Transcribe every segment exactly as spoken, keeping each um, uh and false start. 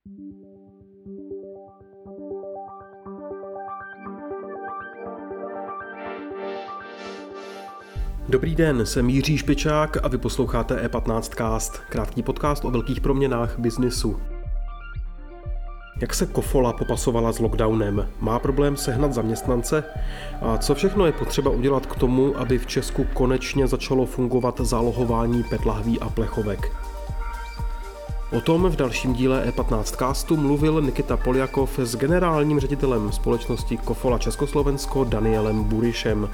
Dobrý den, jsem Jiří Špičák a vy posloucháte E patnáct Cast, krátký podcast o velkých proměnách biznisu. Jak se Kofola popasovala s lockdownem? Má problém sehnat zaměstnance? A co všechno je potřeba udělat k tomu, aby v Česku konečně začalo fungovat zálohování PET lahví a plechovek? O tom v dalším díle E patnáct Castu mluvil Nikita Poljakov s generálním ředitelem společnosti Kofola Československo Danielem Burišem.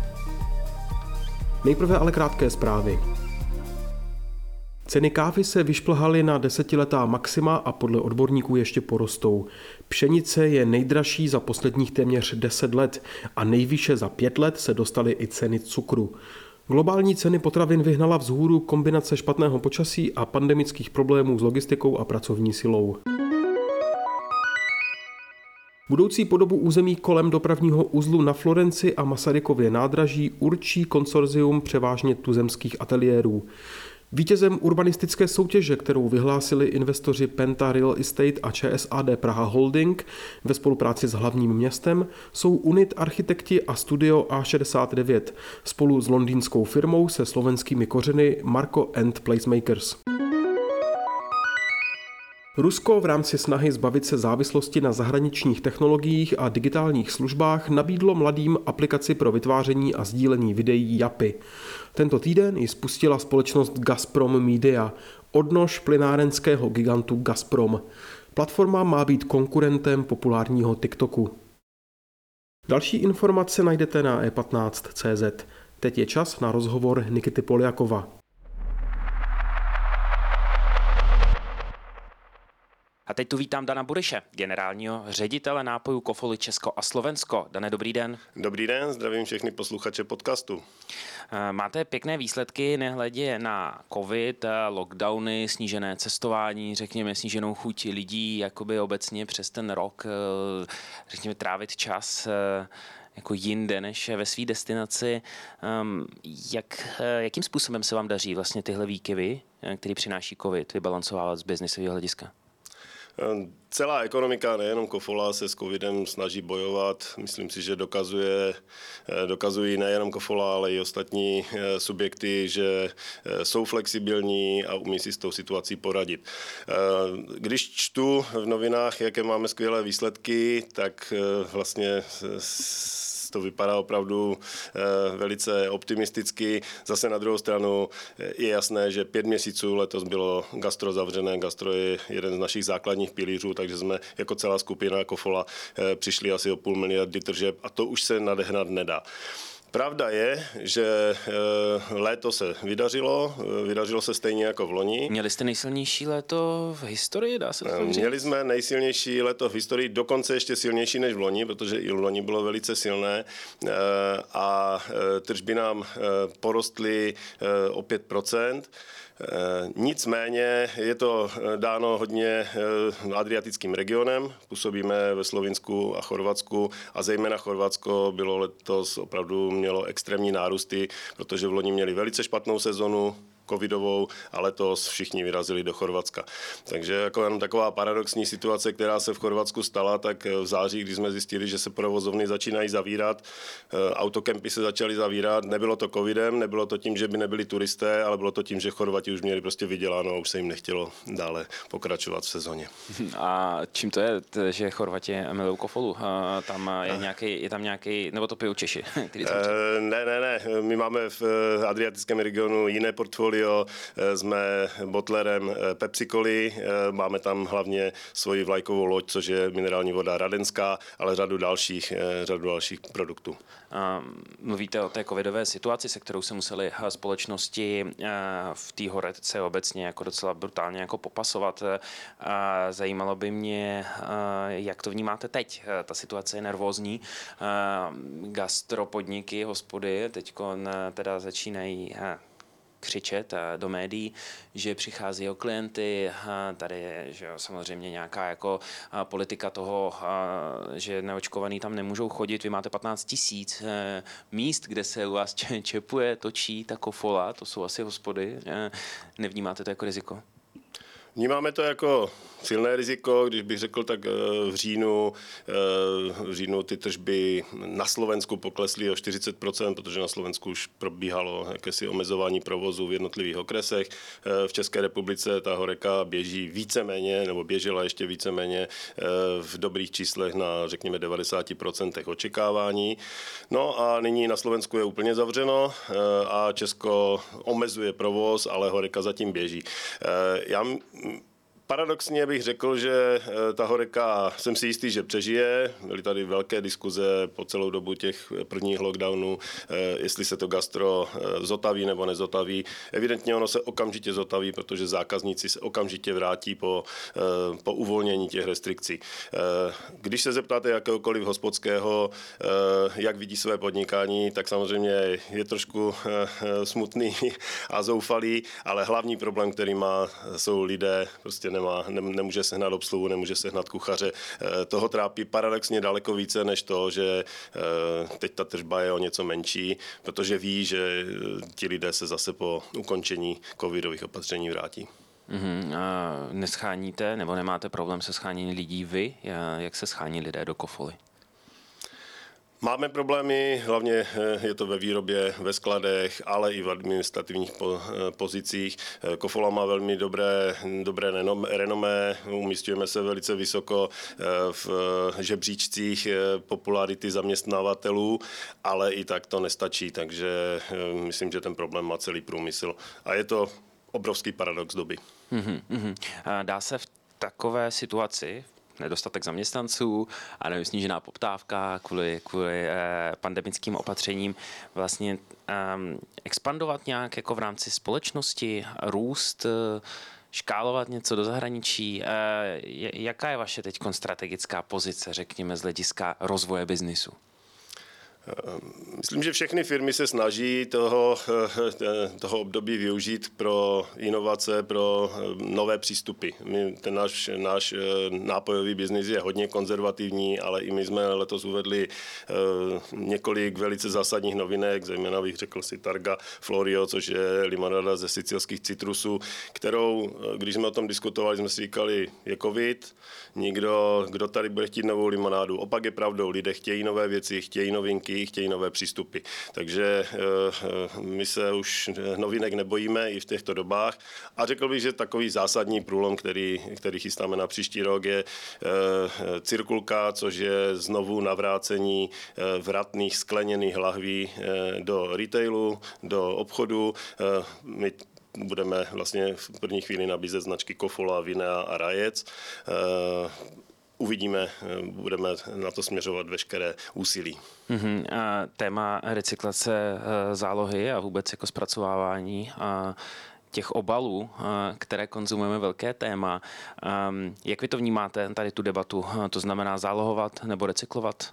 Nejprve ale krátké zprávy. Ceny kávy se vyšplhaly na desetiletá maxima a podle odborníků ještě porostou. Pšenice je nejdražší za posledních téměř deset let a nejvýše za pět let se dostaly i ceny cukru. Globální ceny potravin vyhnala vzhůru kombinace špatného počasí a pandemických problémů s logistikou a pracovní silou. Budoucí podobu území kolem dopravního uzlu na Florenci a Masarykově nádraží určí konsorzium převážně tuzemských ateliérů. Vítězem urbanistické soutěže, kterou vyhlásili investoři Penta Real Estate a ČSAD Praha Holding ve spolupráci s hlavním městem, jsou Unit Architekti a Studio A šedesát devět spolu s londýnskou firmou se slovenskými kořeny Marco and Placemakers. Rusko v rámci snahy zbavit se závislosti na zahraničních technologiích a digitálních službách nabídlo mladým aplikaci pro vytváření a sdílení videí Yapy. Tento týden ji spustila společnost Gazprom Media, odnož plynárenského gigantu Gazprom. Platforma má být konkurentem populárního TikToku. Další informace najdete na e patnáct tečka cé zet. Teď je čas na rozhovor Nikity Poljakova. A teď tu vítám Dana Buriše, generálního ředitele nápojů Kofoly Česko a Slovensko. Dane, dobrý den. Dobrý den, zdravím všechny posluchače podcastu. Máte pěkné výsledky, nehledě na covid, lockdowny, snížené cestování, řekněme sníženou chuť lidí, jakoby obecně přes ten rok, řekněme trávit čas jako jinde než ve své destinaci. Jak, jakým způsobem se vám daří vlastně tyhle výkyvy, které přináší covid, vybalancovávat z biznisového hlediska? Celá ekonomika, nejenom Kofola, se s covidem snaží bojovat. Myslím si, že dokazuje, dokazují nejenom Kofola, ale i ostatní subjekty, že jsou flexibilní a umí si s tou situací poradit. Když čtu v novinách, jaké máme skvělé výsledky, tak vlastně to vypadá opravdu velice optimisticky. Zase na druhou stranu je jasné, že pět měsíců letos bylo gastro zavřené. Gastro je jeden z našich základních pilířů, takže jsme jako celá skupina Kofola přišli asi o půl miliardy tržeb a to už se nadehnat nedá. Pravda je, že léto se vydařilo, vydařilo se stejně jako v loni. Měli jste nejsilnější léto v historii, dá se to říct? Měli jsme nejsilnější léto v historii, dokonce ještě silnější než v loni, protože i v loni bylo velice silné a tržby nám porostly o pět procent. Nicméně je to dáno hodně adriatickým regionem. Působíme ve Slovinsku a Chorvatsku a zejména Chorvatsko bylo letos opravdu mělo extrémní nárůsty, protože v loni měli velice špatnou sezonu covidovou a letos všichni vyrazili do Chorvatska. Takže jako jenom taková paradoxní situace, která se v Chorvatsku stala, tak v září, když jsme zjistili, že se provozovny začínají zavírat, autokempy se začaly zavírat, nebylo to covidem, nebylo to tím, že by nebyli turisté, ale bylo to tím, že Chorvati už měli prostě vyděláno a už se jim nechtělo dále pokračovat v sezóně. A čím to je, že Chorvati milují Kofolu? Tam je, nějaký, je tam nějaký, nebo to pijou Češi? E, ne, ne, ne. My máme v adriatickém regionu jiné portfolio. Jsme botlerem Pepsi Coly, máme tam hlavně svoji vlajkovou loď, což je minerální voda radenská, ale řadu dalších, řadu dalších produktů. Mluvíte o té covidové situaci, se kterou se museli společnosti v té horece obecně jako docela brutálně jako popasovat. Zajímalo by mě, jak to vnímáte teď. Ta situace je nervózní. Gastropodniky, hospody teďko teda začínají křičet do médií, že přichází o klienty, tady je že samozřejmě nějaká jako politika toho, že neočkovaný tam nemůžou chodit, vy máte patnáct tisíc míst, kde se u vás čepuje, točí ta Kofola, to jsou asi hospody, nevnímáte to jako riziko? Vnímáme to jako silné riziko, když bych řekl, tak v říjnu, v říjnu ty tržby na Slovensku poklesly o čtyřicet procent, protože na Slovensku už probíhalo jakési omezování provozu v jednotlivých okresech. V České republice ta horeka běží víceméně, nebo běžela ještě víceméně v dobrých číslech na, řekněme, devadesát procent očekávání. No a nyní na Slovensku je úplně zavřeno a Česko omezuje provoz, ale horeka zatím běží. Já Paradoxně bych řekl, že ta horeka, jsem si jistý, že přežije. Byly tady velké diskuze po celou dobu těch prvních lockdownů, jestli se to gastro zotaví nebo nezotaví. Evidentně ono se okamžitě zotaví, protože zákazníci se okamžitě vrátí po, po uvolnění těch restrikcí. Když se zeptáte jakéhokoliv hospodského, jak vidí své podnikání, tak samozřejmě je trošku smutný a zoufalý, ale hlavní problém, který má, jsou lidé, prostě nemá, nemůže sehnat obsluhu, nemůže sehnat kuchaře. Toho trápí paradoxně daleko více než to, že teď ta tržba je o něco menší, protože ví, že ti lidé se zase po ukončení covidových opatření vrátí. Mm-hmm. A nescháníte nebo nemáte problém se scháněním lidí vy? Jak se schání lidé do Kofoly? Máme problémy, hlavně je to ve výrobě, ve skladech, ale i v administrativních pozicích. Kofola má velmi dobré, dobré renomé, umístujeme se velice vysoko v žebříčcích popularity zaměstnavatelů, ale i tak to nestačí, takže myslím, že ten problém má celý průmysl. A je to obrovský paradox doby. Mm-hmm, mm-hmm. Dá se v takové situaci, nedostatek zaměstnanců a nevím, snížená poptávka kvůli, kvůli eh, pandemickým opatřením, vlastně eh, expandovat nějak jako v rámci společnosti, růst, eh, škálovat něco do zahraničí. Eh, jaká je vaše teď strategická pozice, řekněme, z hlediska rozvoje biznisu? Myslím, že všechny firmy se snaží toho, toho období využít pro inovace, pro nové přístupy. My, ten náš, náš nápojový biznis je hodně konzervativní, ale i my jsme letos uvedli několik velice zásadních novinek, zejména bych řekl si Targa Florio, což je limonáda ze sicilských citrusů, kterou, když jsme o tom diskutovali, jsme si říkali, je covid, nikdo, kdo tady bude chtít novou limonádu. Opak je pravdou, lidé chtějí nové věci, chtějí novinky, chtějí nové přístupy. Takže my se už novinek nebojíme i v těchto dobách. A řekl bych, že takový zásadní průlom, který, který chystáme na příští rok, je cirkulka, což je znovu navrácení vratných skleněných lahví do retailu, do obchodu. My budeme vlastně v první chvíli nabízet značky Kofola, Vinea a Rajec. Uvidíme, budeme na to směřovat veškeré úsilí. Mm-hmm. A téma recyklace zálohy a vůbec jako zpracovávání a těch obalů, které konzumujeme, velké téma. Jak vy to vnímáte, tady tu debatu? To znamená zálohovat nebo recyklovat?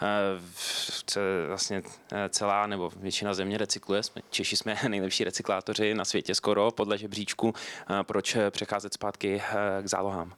Vlastně celá nebo většina země recykluje. Češi jsme nejlepší recyklátoři na světě skoro, podle žebříčku. Proč přecházet zpátky k zálohám?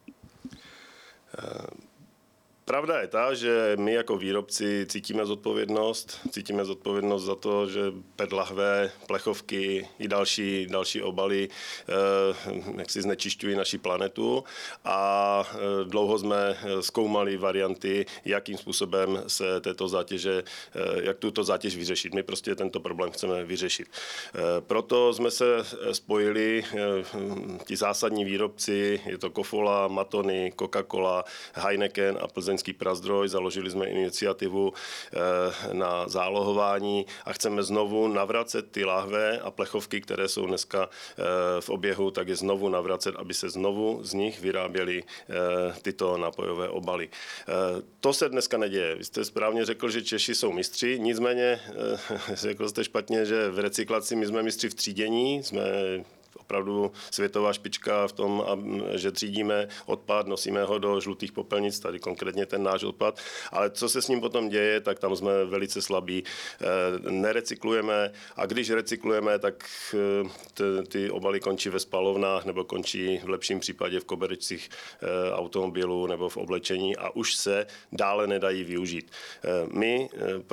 Pravda je ta, že my jako výrobci cítíme zodpovědnost. Cítíme zodpovědnost za to, že P E T lahve, plechovky i další, další obaly jak si znečišťují naši planetu. A dlouho jsme zkoumali varianty, jakým způsobem se této zátěže, jak tuto zátěž vyřešit. My prostě tento problém chceme vyřešit. Proto jsme se spojili, ti zásadní výrobci, je to Kofola, Matony, Coca-Cola, Heineken a Plzeň Prazdroj, založili jsme iniciativu na zálohování a chceme znovu navracet ty lahve a plechovky, které jsou dneska v oběhu, tak je znovu navracet, aby se znovu z nich vyráběly tyto nápojové obaly. To se dneska neděje. Vy jste správně řekl, že Češi jsou mistři, nicméně řekl jste špatně, že v recyklaci my jsme mistři v třídění, jsme opravdu světová špička v tom, že třídíme odpad, nosíme ho do žlutých popelnic, tady konkrétně ten náš odpad, ale co se s ním potom děje, tak tam jsme velice slabí. Nerecyklujeme a když recyklujeme, tak ty obaly končí ve spalovnách nebo končí v lepším případě v koberečcích automobilů nebo v oblečení a už se dále nedají využít. My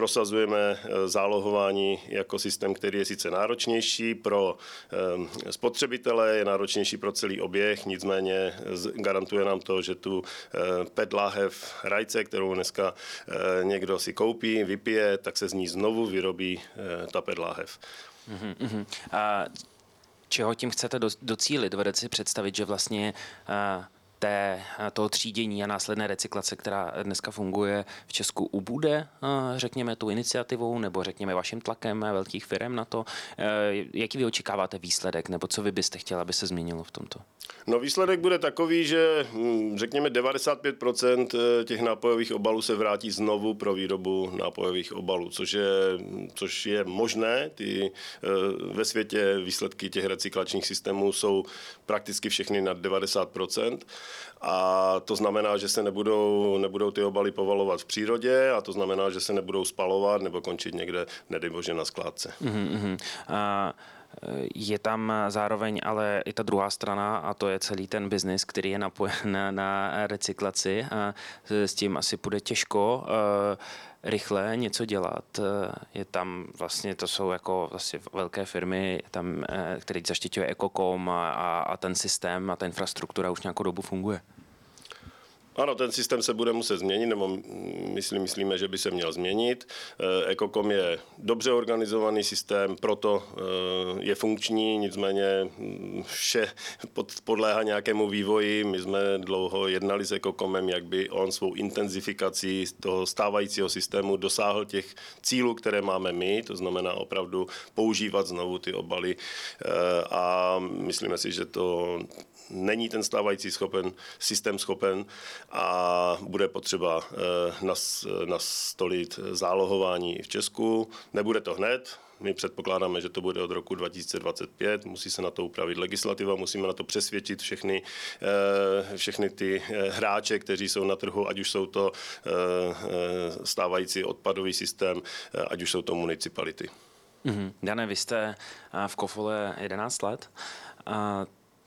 prosazujeme zálohování jako systém, který je sice náročnější pro spotřebitele, spotřebitele, je náročnější pro celý oběh, nicméně garantuje nám to, že tu P E T láhev rajce, kterou dneska někdo si koupí, vypije, tak se z ní znovu vyrobí ta P E T láhev. Uh-huh, uh-huh. A čeho tím chcete docílit? Dovedete si představit, že vlastně uh, té, toho třídění a následné recyklace, která dneska funguje v Česku, ubude, řekněme, tu iniciativou nebo řekněme vaším tlakem velkých firm na to? Jaký vy očekáváte výsledek nebo co vy byste chtěli, aby se změnilo v tomto? No výsledek bude takový, že řekněme devadesát pět procent těch nápojových obalů se vrátí znovu pro výrobu nápojových obalů, což je, což je možné. Ty, ve světě výsledky těch recyklačních systémů jsou prakticky všechny nad devadesát procent. A to znamená, že se nebudou, nebudou ty obaly povalovat v přírodě a to znamená, že se nebudou spalovat nebo končit někde, nedej bože, na skládce. Mm-hmm. A je tam zároveň ale i ta druhá strana a to je celý ten biznis, který je napojen na recyklaci a s tím asi půjde těžko rychle něco dělat. Je tam vlastně, to jsou jako vlastně velké firmy, tam, které zaštiťuje Ecocom a, a ten systém a ta infrastruktura už nějakou dobu funguje. Ano, ten systém se bude muset změnit, nebo myslím, myslíme, že by se měl změnit. Ecocom je dobře organizovaný systém, proto je funkční, nicméně vše podléhá nějakému vývoji. My jsme dlouho jednali s Ecocomem, jak by on svou intenzifikací toho stávajícího systému dosáhl těch cílů, které máme my, to znamená opravdu používat znovu ty obaly a myslíme si, že to není ten stávající schopen, systém schopen a bude potřeba nas, nastolit zálohování i v Česku. Nebude to hned, my předpokládáme, že to bude od roku dva tisíce dvacet pět, musí se na to upravit legislativa, musíme na to přesvědčit všechny, všechny ty hráče, kteří jsou na trhu, ať už jsou to stávající odpadový systém, ať už jsou to municipality. Mm-hmm. Dane, vy jste v Kofole jedenáct let. A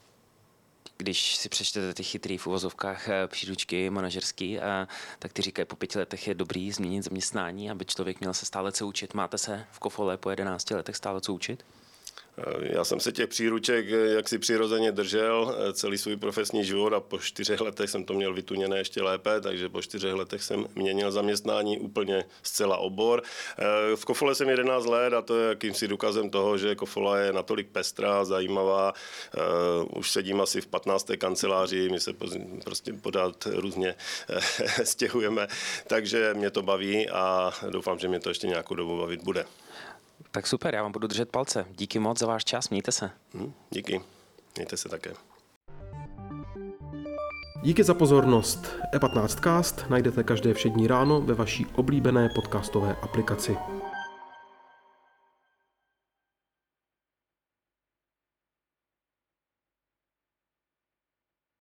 když si přečtete ty chytrý v uvozovkách příručky manažerský, tak ty říkají, po pěti letech je dobrý změnit zaměstnání, aby člověk měl se stále co učit. Máte se v Kofole po jedenácti letech stále co učit? Já jsem se těch příruček jaksi přirozeně držel celý svůj profesní život a po čtyřech letech jsem to měl vytuněné ještě lépe, takže po čtyřech letech jsem měnil zaměstnání úplně zcela obor. V Kofole jsem jedenáct let a to je jakýmsi důkazem toho, že Kofola je natolik pestrá, zajímavá. Už sedím asi v patnácté kanceláři, my se prostě podat různě stěhujeme, takže mě to baví a doufám, že mě to ještě nějakou dobu bavit bude. Tak super, já vám budu držet palce. Díky moc za váš čas, mějte se. Hmm, díky, mějte se také. Díky za pozornost. E patnáct cast najdete každé všední ráno ve vaší oblíbené podcastové aplikaci.